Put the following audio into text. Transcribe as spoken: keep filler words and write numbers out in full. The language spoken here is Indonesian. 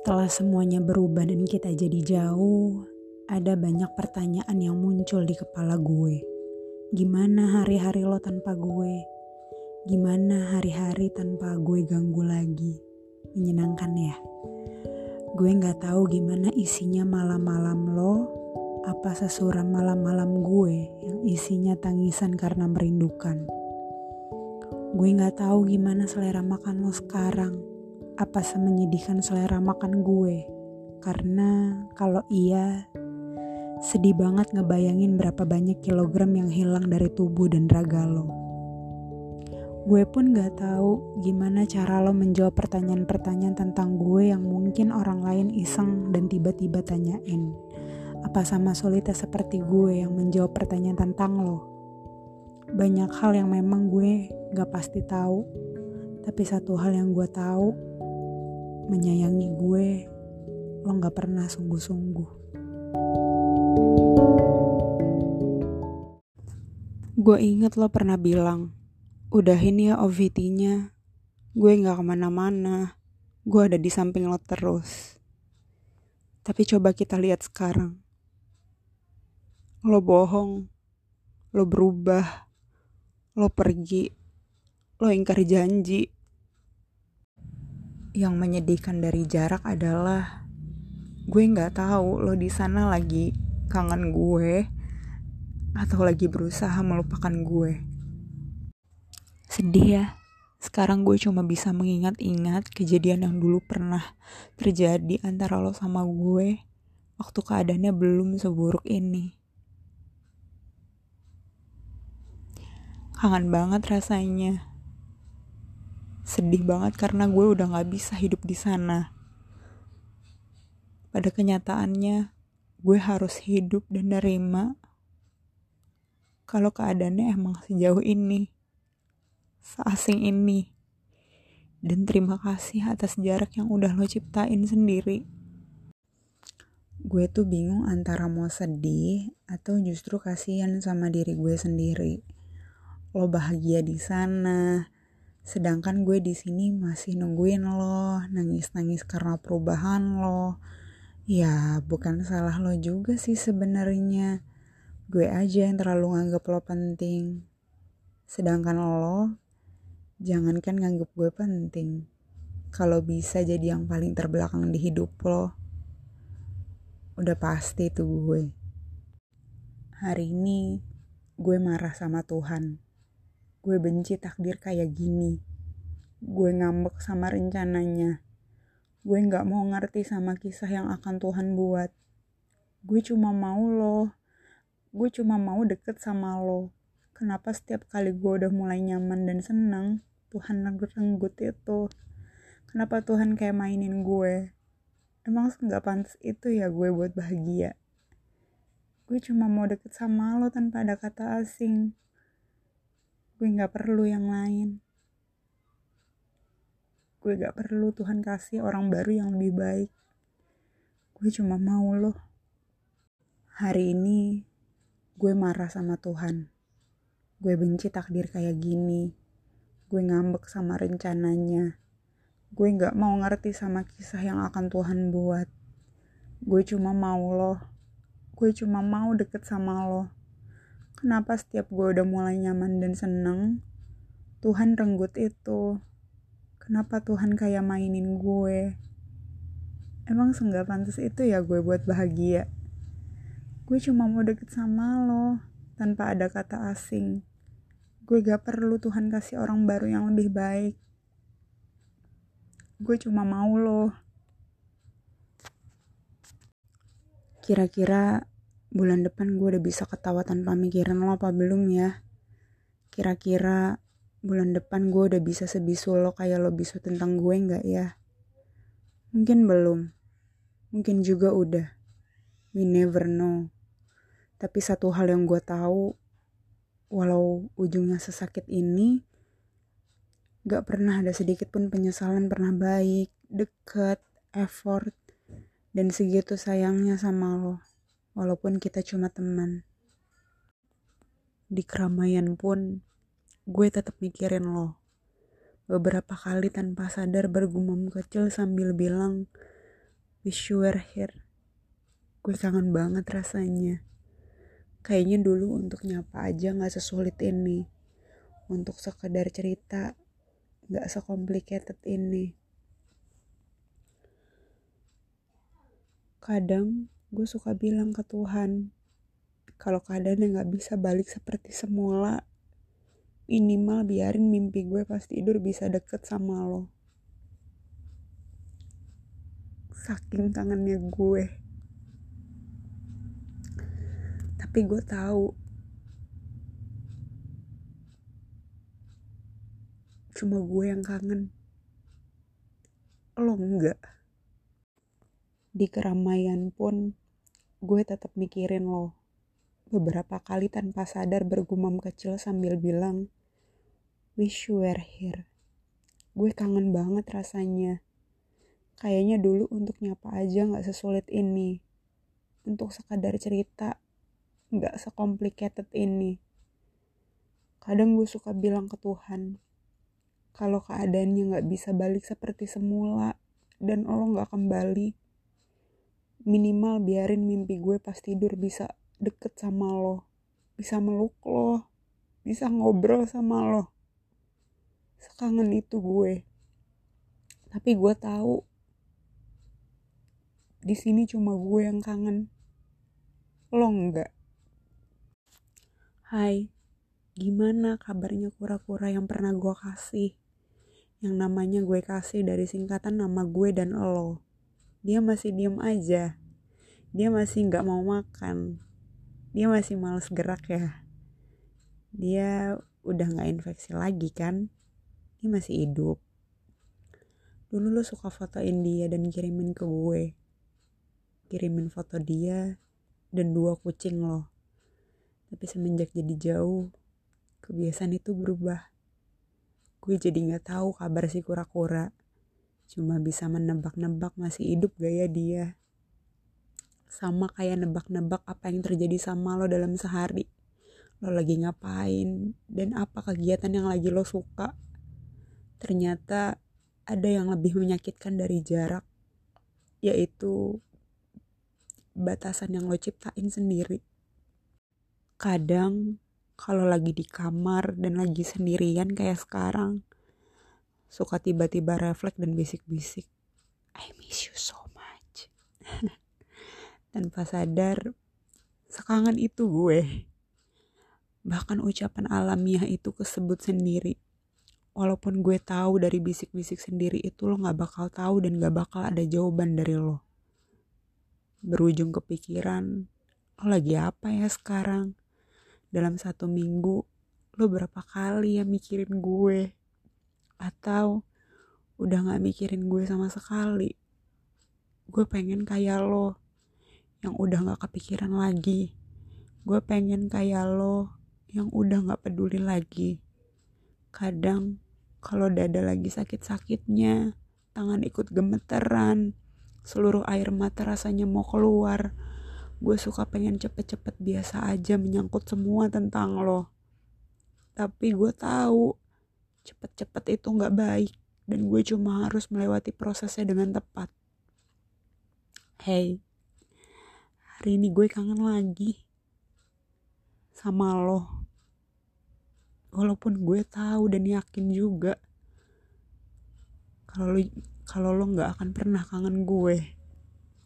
Setelah semuanya berubah dan kita jadi jauh, ada banyak pertanyaan yang muncul di kepala gue. Gimana hari-hari lo tanpa gue? Gimana hari-hari tanpa gue ganggu lagi? Menyenangkan ya? Gue gak tahu gimana isinya malam-malam lo, apa sesuram malam-malam gue yang isinya tangisan karena merindukan. Gue gak tahu gimana selera makan lo sekarang, apa semenyedihkan selera makan gue. Karena kalau iya, sedih banget ngebayangin berapa banyak kilogram yang hilang dari tubuh dan raga lo. Gue pun gak tahu gimana cara lo menjawab pertanyaan-pertanyaan tentang gue yang mungkin orang lain iseng dan tiba-tiba tanyain. Apa sama sulitnya seperti gue yang menjawab pertanyaan tentang lo? Banyak hal yang memang gue gak pasti tahu, tapi satu hal yang gue tahu, menyayangi gue, lo gak pernah sungguh-sungguh. Gue inget lo pernah bilang, udahin ya O V T-nya, gue gak kemana-mana, gue ada di samping lo terus. Tapi coba kita lihat sekarang. Lo bohong, lo berubah, lo pergi, lo ingkar janji. Yang menyedihkan dari jarak adalah gue gak tahu lo di sana lagi kangen gue atau lagi berusaha melupakan gue. Sedih ya. Sekarang gue cuma bisa mengingat-ingat kejadian yang dulu pernah terjadi antara lo sama gue waktu keadaannya belum seburuk ini. Kangen banget rasanya. Sedih banget karena gue udah gak bisa hidup di sana. Pada kenyataannya, gue harus hidup dan nerima kalau keadaannya emang sejauh ini, seasing ini. Dan terima kasih atas jarak yang udah lo ciptain sendiri. Gue tuh bingung antara mau sedih atau justru kasihan sama diri gue sendiri. Lo bahagia di sana, sedangkan gue di sini masih nungguin lo, nangis-nangis karena perubahan lo. Ya, bukan salah lo juga sih sebenarnya. Gue aja yang terlalu nganggep lo penting. Sedangkan lo, jangankan nganggep gue penting. Kalau bisa jadi yang paling terbelakang di hidup lo, udah pasti itu gue. Hari ini, gue marah sama Tuhan. Gue benci takdir kayak gini. Gue ngambek sama rencananya. Gue gak mau ngerti sama kisah yang akan Tuhan buat. Gue cuma mau lo. Gue cuma mau deket sama lo. Kenapa setiap kali gue udah mulai nyaman dan senang, Tuhan renggut itu? Kenapa Tuhan kayak mainin gue? Emang gak pantas itu ya gue buat bahagia? Gue cuma mau deket sama lo tanpa ada kata asing. Gue gak perlu yang lain. Gue gak perlu Tuhan kasih orang baru yang lebih baik. Gue cuma mau lo. Hari ini, gue marah sama Tuhan. Gue benci takdir kayak gini. Gue ngambek sama rencananya. Gue gak mau ngerti sama kisah yang akan Tuhan buat. Gue cuma mau lo. Gue cuma mau deket sama lo. Kenapa setiap gue udah mulai nyaman dan seneng, Tuhan renggut itu? Kenapa Tuhan kayak mainin gue? Emang seenggak pantas itu ya gue buat bahagia? Gue cuma mau deket sama lo, tanpa ada kata asing. Gue gak perlu Tuhan kasih orang baru yang lebih baik. Gue cuma mau lo. Kira-kira bulan depan gue udah bisa ketawa tanpa mikirin lo apa belum ya? Kira-kira bulan depan gue udah bisa sebisu lo kayak lo bisu tentang gue gak ya? Mungkin belum. Mungkin juga udah. We never know. Tapi satu hal yang gue tahu, walau ujungnya sesakit ini, gak pernah ada sedikit pun penyesalan pernah baik, deket, effort, dan segitu sayangnya sama lo. Walaupun kita cuma teman. Di keramaian pun, gue tetap mikirin lo. Beberapa kali tanpa sadar bergumam kecil sambil bilang, Wish you were here. Gue kangen banget rasanya. Kayaknya dulu untuk nyapa aja gak sesulit ini. Untuk sekedar cerita gak sekomplikated ini. Kadang gue suka bilang ke Tuhan, kalau keadaannya gak bisa balik seperti semula, minimal biarin mimpi gue pas tidur bisa deket sama lo. Saking kangennya gue. Tapi gue tahu cuma gue yang kangen. Lo enggak. Di keramaian pun gue tetap mikirin lo. Beberapa kali tanpa sadar bergumam kecil sambil bilang, wish you were here. Gue kangen banget rasanya. Kayaknya dulu untuk nyapa aja gak sesulit ini. Untuk sekadar cerita gak sekomplikated ini. Kadang gue suka bilang ke Tuhan, kalau keadaannya gak bisa balik seperti semula dan lo gak kembali, minimal biarin mimpi gue pas tidur bisa deket sama lo, bisa meluk lo, bisa ngobrol sama lo. Sekangen itu gue. Tapi gue tahu di sini cuma gue yang kangen. Lo enggak. Hai, gimana kabarnya kura-kura yang pernah gue kasih? Yang namanya gue kasih dari singkatan nama gue dan lo. Dia masih diem aja. Dia masih gak mau makan. Dia masih males gerak ya. Dia udah gak infeksi lagi kan. Dia masih hidup. Dulu lo suka fotoin dia dan kirimin ke gue. Kirimin foto dia dan dua kucing lo. Tapi semenjak jadi jauh, kebiasaan itu berubah. Gue jadi gak tahu kabar si kura-kura. Cuma bisa menebak-nebak masih hidup gak ya dia. Sama kayak nebak-nebak apa yang terjadi sama lo dalam sehari. Lo lagi ngapain dan apa kegiatan yang lagi lo suka. Ternyata ada yang lebih menyakitkan dari jarak, yaitu batasan yang lo ciptain sendiri. Kadang kalau lagi di kamar dan lagi sendirian kayak sekarang, suka tiba-tiba refleks dan bisik-bisik, I miss you so much. Tanpa sadar, sekangen itu gue. Bahkan ucapan alamiah itu kesebut sendiri. Walaupun gue tahu dari bisik-bisik sendiri itu lo gak bakal tahu dan gak bakal ada jawaban dari lo. Berujung kepikiran, lo lagi apa ya sekarang? Dalam satu minggu, lo berapa kali ya mikirin gue? Atau udah gak mikirin gue sama sekali? Gue pengen kayak lo, yang udah gak kepikiran lagi. Gue pengen kayak lo, yang udah gak peduli lagi. Kadang, kalau dada lagi sakit-sakitnya, tangan ikut gemeteran, seluruh air mata rasanya mau keluar. Gue suka pengen cepet-cepet biasa aja menyangkut semua tentang lo. Tapi gue tahu, cepet-cepet itu gak baik. Dan gue cuma harus melewati prosesnya dengan tepat. Hey, hari ini gue kangen lagi sama lo. Walaupun gue tahu dan yakin juga kalau lo kalau lo nggak akan pernah kangen gue.